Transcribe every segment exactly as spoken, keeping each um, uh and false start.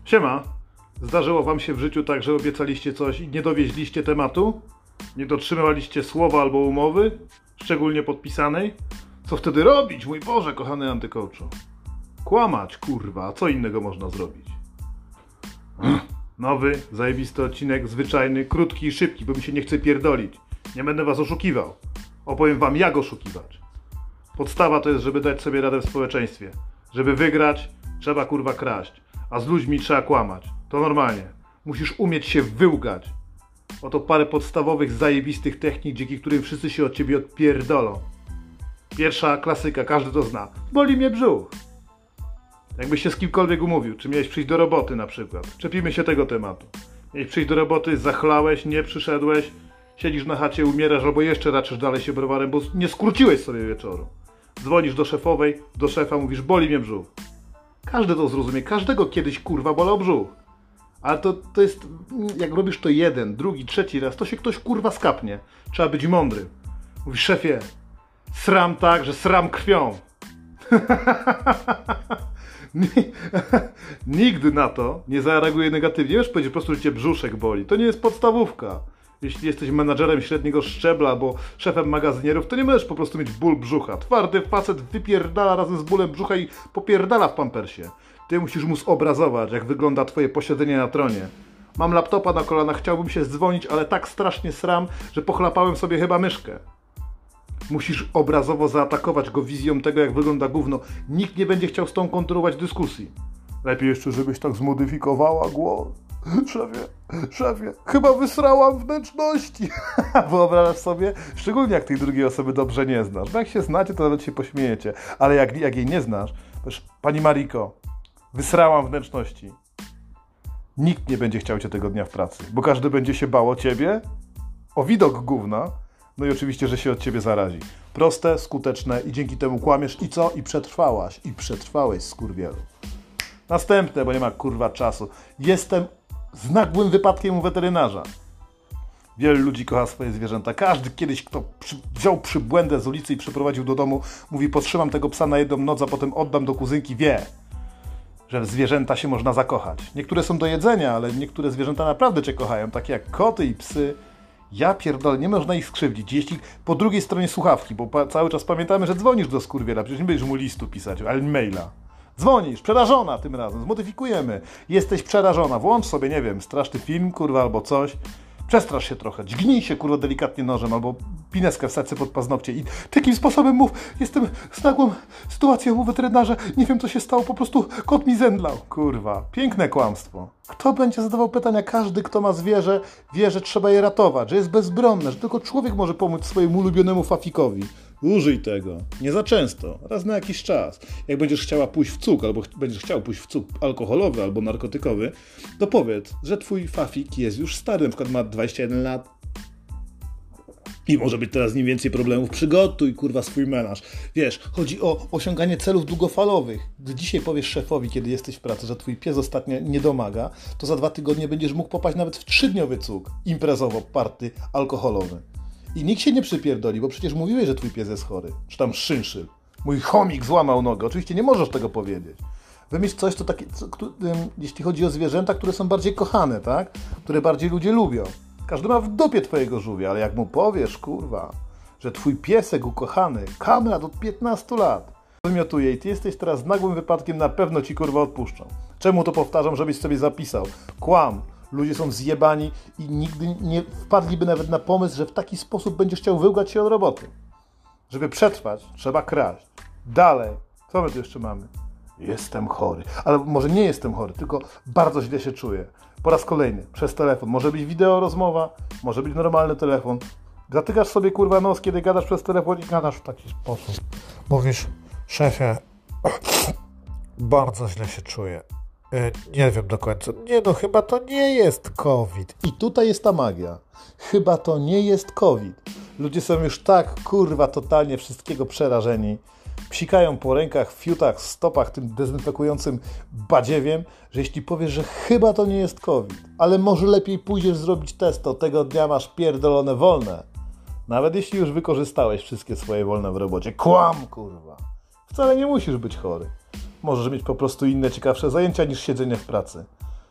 Siema. Zdarzyło wam się w życiu tak, że obiecaliście coś i nie dowieźliście tematu? Nie dotrzymywaliście słowa albo umowy? Szczególnie podpisanej? Co wtedy robić, mój Boże, kochany antycoachu? Kłamać, kurwa, a co innego można zrobić? Nowy, zajebisty odcinek, zwyczajny, krótki i szybki, bo mi się nie chce pierdolić. Nie będę was oszukiwał. Opowiem wam, jak oszukiwać. Podstawa to jest, żeby dać sobie radę w społeczeństwie. Żeby wygrać, trzeba kurwa kraść. A z ludźmi trzeba kłamać. To normalnie. Musisz umieć się wyłgać. Oto parę podstawowych, zajebistych technik, dzięki którym wszyscy się od ciebie odpierdolą. Pierwsza klasyka, każdy to zna. Boli mnie brzuch. Jakbyś się z kimkolwiek umówił, czy miałeś przyjść do roboty na przykład. Czepimy się tego tematu. Miałeś przyjść do roboty, zachlałeś, nie przyszedłeś, siedzisz na chacie, umierasz, albo jeszcze raczysz dalej się browarem, bo nie skróciłeś sobie wieczoru. Dzwonisz do szefowej, do szefa, mówisz, boli mnie brzuch. Każdy to zrozumie, każdego kiedyś kurwa bolał brzuch. Ale to, to jest, jak robisz to jeden, drugi, trzeci raz, to się ktoś kurwa skapnie. Trzeba być mądry. Mówisz, szefie, sram tak, że sram krwią. Nigdy na to nie zareaguje negatywnie. Wiesz, powiedzieć po prostu, że cię brzuszek boli. To nie jest podstawówka. Jeśli jesteś menadżerem średniego szczebla albo szefem magazynierów, to nie możesz po prostu mieć ból brzucha. Twardy facet wypierdala razem z bólem brzucha i popierdala w pampersie. Ty musisz mu zobrazować, jak wygląda twoje posiedzenie na tronie. Mam laptopa na kolanach, chciałbym się dzwonić, ale tak strasznie sram, że pochlapałem sobie chyba myszkę. Musisz obrazowo zaatakować go wizją tego, jak wygląda gówno. Nikt nie będzie chciał z tą kontynuować dyskusji. Lepiej jeszcze, żebyś tak zmodyfikowała głos. Szefie, szefie, chyba wysrałam wnętrzności. Wyobrażasz sobie? Szczególnie jak tej drugiej osoby dobrze nie znasz. Bo jak się znacie, to nawet się pośmiejecie. Ale jak, jak jej nie znasz, to już, pani Mariko, wysrałam wnętrzności. Nikt nie będzie chciał cię tego dnia w pracy, bo każdy będzie się bał o ciebie, o widok gówna, no i oczywiście, że się od ciebie zarazi. Proste, skuteczne i dzięki temu kłamiesz i co? I przetrwałaś. I przetrwałeś, skurwielu. Następne, bo nie ma kurwa czasu. Jestem z nagłym wypadkiem u weterynarza. Wielu ludzi kocha swoje zwierzęta. Każdy kiedyś, kto przy, wziął przybłędę z ulicy i przyprowadził do domu, mówi, potrzymam tego psa na jedną noc, a potem oddam do kuzynki, wie, że w zwierzęta się można zakochać. Niektóre są do jedzenia, ale niektóre zwierzęta naprawdę cię kochają, takie jak koty i psy. Ja pierdolę, nie można ich skrzywdzić. Jeśli po drugiej stronie słuchawki, bo pa, cały czas pamiętamy, że dzwonisz do skurwiela, przecież nie będziesz mu listu pisać, ale maila. Dzwonisz, przerażona tym razem, zmodyfikujemy. Jesteś przerażona, włącz sobie, nie wiem, straszny film, kurwa, albo coś. Przestrasz się trochę, dźgnij się, kurwa, delikatnie nożem, albo pineskę wsadź pod paznokcie i takim sposobem mów, jestem z nagłą sytuacją u weterynarza, nie wiem co się stało, po prostu kot mi zemdlał. Kurwa, piękne kłamstwo. Kto będzie zadawał pytania? Każdy, kto ma zwierzę, wie, że trzeba je ratować, że jest bezbronne, że tylko człowiek może pomóc swojemu ulubionemu fafikowi. Użyj tego. Nie za często. Raz na jakiś czas. Jak będziesz chciała pójść w cuk, albo ch- będziesz chciał pójść w cuk alkoholowy albo narkotykowy, to powiedz, że twój fafik jest już stary, na przykład ma dwadzieścia jeden lat i może być teraz z nim więcej problemów. Przygotuj, kurwa, swój menaż. Wiesz, chodzi o osiąganie celów długofalowych. Gdy dzisiaj powiesz szefowi, kiedy jesteś w pracy, że twój pies ostatnio nie domaga, to za dwa tygodnie będziesz mógł popaść nawet w trzydniowy cuk imprezowo, party, alkoholowy. I nikt się nie przypierdoli, bo przecież mówiłeś, że twój pies jest chory. Czy tam szynszyl. Mój chomik złamał nogę. Oczywiście nie możesz tego powiedzieć. Wymyśl coś, co takie, co, kto, ym, jeśli chodzi o zwierzęta, które są bardziej kochane, tak? Które bardziej ludzie lubią. Każdy ma w dupie twojego żółwia, ale jak mu powiesz, kurwa, że twój piesek ukochany, kamrat od piętnastu lat, wymiotuje i ty jesteś teraz z nagłym wypadkiem, na pewno ci, kurwa, odpuszczą. Czemu to powtarzam? Żebyś sobie zapisał. Kłam. Ludzie są zjebani i nigdy nie wpadliby nawet na pomysł, że w taki sposób będziesz chciał wyłgać się od roboty. Żeby przetrwać, trzeba kraść. Dalej. Co my tu jeszcze mamy? Jestem chory. Ale może nie jestem chory, tylko bardzo źle się czuję. Po raz kolejny, przez telefon. Może być wideo rozmowa, może być normalny telefon. Zatykasz sobie, kurwa, nos, kiedy gadasz przez telefon i gadasz w taki sposób. Mówisz, szefie, bardzo źle się czuję. Nie wiem do końca. Nie no, chyba to nie jest COVID. I tutaj jest ta magia. Chyba to nie jest COVID. Ludzie są już tak, kurwa, totalnie wszystkiego przerażeni. Psikają po rękach, fiutach, stopach tym dezynfekującym badziewiem, że jeśli powiesz, że chyba to nie jest COVID, ale może lepiej pójdziesz zrobić test, to tego dnia masz pierdolone wolne. Nawet jeśli już wykorzystałeś wszystkie swoje wolne w robocie. Kłam, kurwa. Wcale nie musisz być chory. Możesz mieć po prostu inne, ciekawsze zajęcia niż siedzenie w pracy.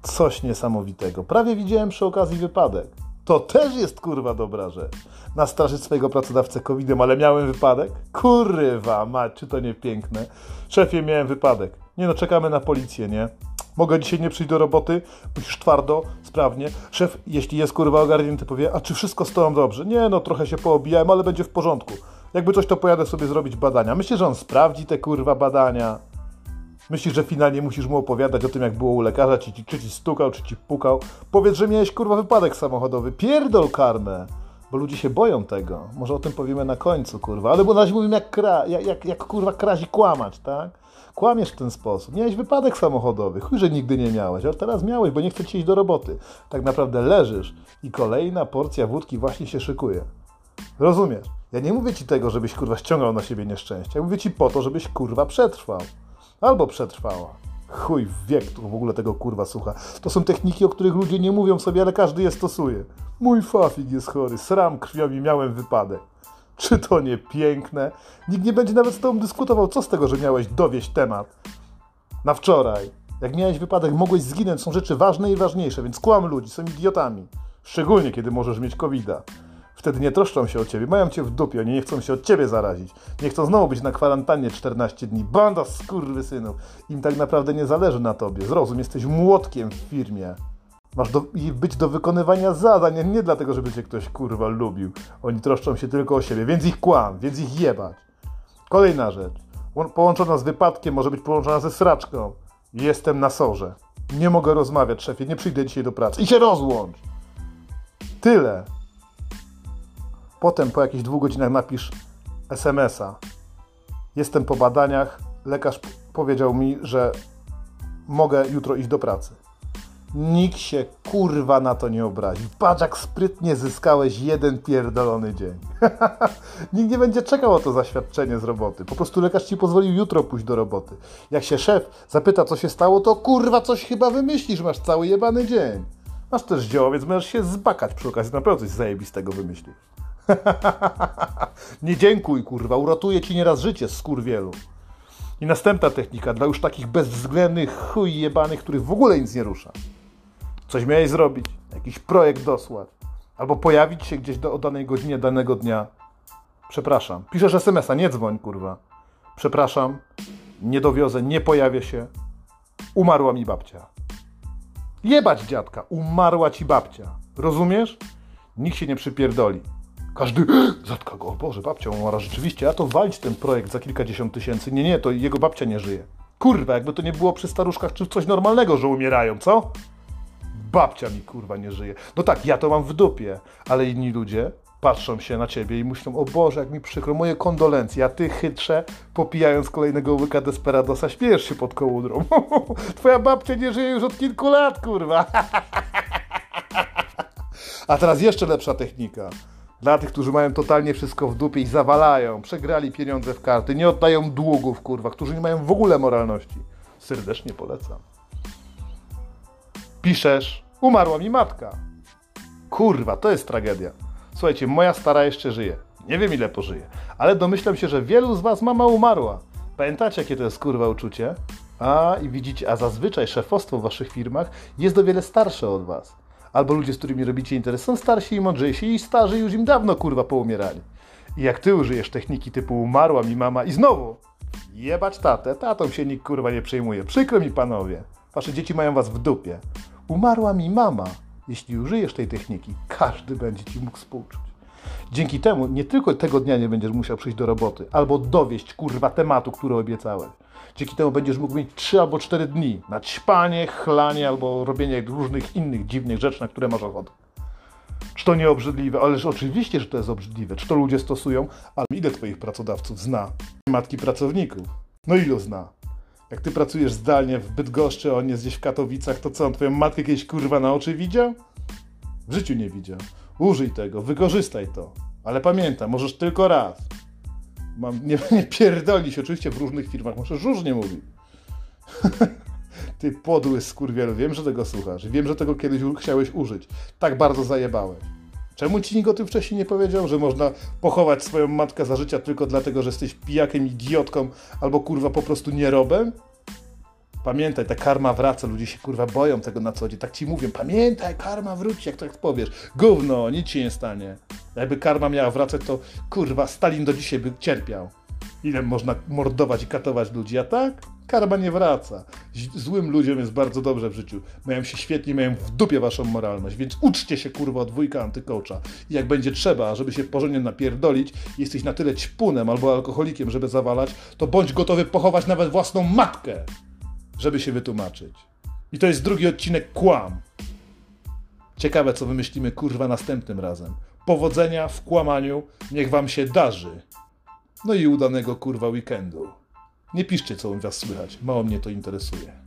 Coś niesamowitego. Prawie widziałem przy okazji wypadek. To też jest kurwa dobra rzecz. Nastraszyć swojego pracodawcę kowidem, ale miałem wypadek? Kurwa mać, czy to nie piękne? Szefie, miałem wypadek. Nie no, czekamy na policję, nie? Mogę dzisiaj nie przyjść do roboty? Musisz twardo, sprawnie. Szef, jeśli jest kurwa ogarnięty, powie, a czy wszystko z tobą dobrze? Nie no, trochę się poobijałem, ale będzie w porządku. Jakby coś, to pojadę sobie zrobić badania. Myślisz, że on sprawdzi te kurwa badania? Myślisz, że finalnie musisz mu opowiadać o tym, jak było u lekarza, czy ci, czy ci stukał, czy ci pukał? Powiedz, że miałeś kurwa wypadek samochodowy. Pierdol karmę. Bo ludzie się boją tego. Może o tym powiemy na końcu, kurwa. Ale bo na razie mówimy jak, kra, jak, jak, jak kurwa krazi kłamać, tak? Kłamiesz w ten sposób. Miałeś wypadek samochodowy. Chuj, że nigdy nie miałeś. Ale teraz miałeś, bo nie chce ci iść do roboty. Tak naprawdę leżysz i kolejna porcja wódki właśnie się szykuje. Rozumiesz? Ja nie mówię ci tego, żebyś kurwa ściągał na siebie nieszczęście. Ja mówię ci po to, żebyś kurwa przetrwał. Albo przetrwała. Chuj wiek, kto w ogóle tego kurwa słucha. To są techniki, o których ludzie nie mówią sobie, ale każdy je stosuje. Mój fafik jest chory, sram krwią i miałem wypadek. Czy to nie piękne? Nikt nie będzie nawet z tobą dyskutował, co z tego, że miałeś dowieść temat. Na wczoraj. Jak miałeś wypadek, mogłeś zginąć. Są rzeczy ważne i ważniejsze, więc kłam ludzi, są idiotami. Szczególnie, kiedy możesz mieć kowida. Wtedy nie troszczą się o ciebie, mają cię w dupie, oni nie chcą się od ciebie zarazić. Nie chcą znowu być na kwarantannie czternaście dni. Banda skurwysynów. Im tak naprawdę nie zależy na tobie. Zrozum, jesteś młotkiem w firmie. Masz do, być do wykonywania zadań, a nie dlatego, żeby cię ktoś kurwa lubił. Oni troszczą się tylko o siebie, więc ich kłam, więc ich jebać. Kolejna rzecz. Połączona z wypadkiem może być połączona ze sraczką. Jestem na sorze. Nie mogę rozmawiać, szefie, nie przyjdę dzisiaj do pracy. I się rozłącz. Tyle. Potem po jakichś dwóch godzinach napisz es em es a. Jestem po badaniach, lekarz powiedział mi, że mogę jutro iść do pracy. Nikt się kurwa na to nie obrazi. Patrz jak sprytnie zyskałeś jeden pierdolony dzień. Nikt nie będzie czekał o to zaświadczenie z roboty. Po prostu lekarz ci pozwolił jutro pójść do roboty. Jak się szef zapyta, co się stało, to kurwa coś chyba wymyślisz, masz cały jebany dzień. Masz też zioło, więc możesz się zbakać przy okazji. Naprawdę coś zajebistego wymyślisz. Nie dziękuj, kurwa, uratuje ci nieraz życie, skurwielu. I następna technika dla już takich bezwzględnych chuj jebanych, których w ogóle nic nie rusza. Coś miałeś zrobić, jakiś projekt dosłać, albo pojawić się gdzieś do, o danej godzinie danego dnia. Przepraszam. Piszesz es em es a, nie dzwoń, kurwa. Przepraszam, nie dowiozę, nie pojawię się. Umarła mi babcia. Jebać dziadka, umarła ci babcia. Rozumiesz? Nikt się nie przypierdoli. Każdy, zatka go, o Boże, babcia umarła rzeczywiście, a to walić ten projekt za kilkadziesiąt tysięcy. Nie, nie, to jego babcia nie żyje. Kurwa, jakby to nie było przy staruszkach czy coś normalnego, że umierają, co? Babcia mi, kurwa, nie żyje. No tak, ja to mam w dupie, ale inni ludzie patrzą się na ciebie i myślą, o Boże, jak mi przykro, moje kondolencje, a ty chytrze, popijając kolejnego łyka Desperadosa, śmiejesz się pod kołudrą. Twoja babcia nie żyje już od kilku lat, kurwa. A teraz jeszcze lepsza technika. Dla tych, którzy mają totalnie wszystko w dupie i zawalają, przegrali pieniądze w karty, nie oddają długów, kurwa, którzy nie mają w ogóle moralności. Serdecznie polecam. Piszesz, umarła mi matka. Kurwa, to jest tragedia. Słuchajcie, moja stara jeszcze żyje. Nie wiem, ile pożyje, ale domyślam się, że wielu z was mama umarła. Pamiętacie, jakie to jest kurwa uczucie? A, i widzicie, a zazwyczaj szefostwo w waszych firmach jest o wiele starsze od was. Albo ludzie, z którymi robicie interes, są starsi i mądrzejsi i starzy już im dawno kurwa poumierali. I jak ty użyjesz techniki typu umarła mi mama i znowu jebać tatę, tatą się nikt kurwa nie przejmuje. Przykro mi panowie, wasze dzieci mają was w dupie. Umarła mi mama. Jeśli użyjesz tej techniki, każdy będzie ci mógł współczuć. Dzięki temu nie tylko tego dnia nie będziesz musiał przyjść do roboty, albo dowieść kurwa tematu, który obiecałeś. Dzięki temu będziesz mógł mieć trzy albo cztery dni na ćpanie, chlanie albo robienie różnych innych dziwnych rzeczy, na które masz ochotę. Czy to nie obrzydliwe? Ależ oczywiście, że to jest obrzydliwe. Czy to ludzie stosują? Ale ile twoich pracodawców zna matki pracowników? No ilu zna? Jak ty pracujesz zdalnie w Bydgoszczy, a on jest gdzieś w Katowicach, to co, on twoją matkę kiedyś kurwa na oczy widział? W życiu nie widział. Użyj tego, wykorzystaj to. Ale pamiętaj, możesz tylko raz. Mam, nie, nie pierdolić, oczywiście w różnych firmach możesz różnie mówić. Ty podły skurwielu, wiem, że tego słuchasz. Wiem, że tego kiedyś chciałeś użyć. Tak bardzo zajebałeś. Czemu ci nikt o tym wcześniej nie powiedział, że można pochować swoją matkę za życia tylko dlatego, że jesteś pijakiem, idiotką albo kurwa po prostu nierobem? Pamiętaj, ta karma wraca, ludzie się kurwa boją tego na co dzień. Tak ci mówią, pamiętaj, karma wróci, jak tak powiesz. Gówno, nic się nie stanie. Jakby karma miała wracać, to kurwa, Stalin do dzisiaj by cierpiał. Ile można mordować i katować ludzi, a tak? Karma nie wraca. Złym ludziom jest bardzo dobrze w życiu. Mają się świetnie, mają w dupie waszą moralność, więc uczcie się kurwa od wujka antykołcza. I jak będzie trzeba, żeby się porządnie napierdolić, jesteś na tyle ćpunem albo alkoholikiem, żeby zawalać, to bądź gotowy pochować nawet własną matkę, żeby się wytłumaczyć. I to jest drugi odcinek Kłam. Ciekawe, co wymyślimy kurwa następnym razem. Powodzenia w kłamaniu, niech wam się darzy. No i udanego kurwa weekendu. Nie piszcie, co u was słychać, mało mnie to interesuje.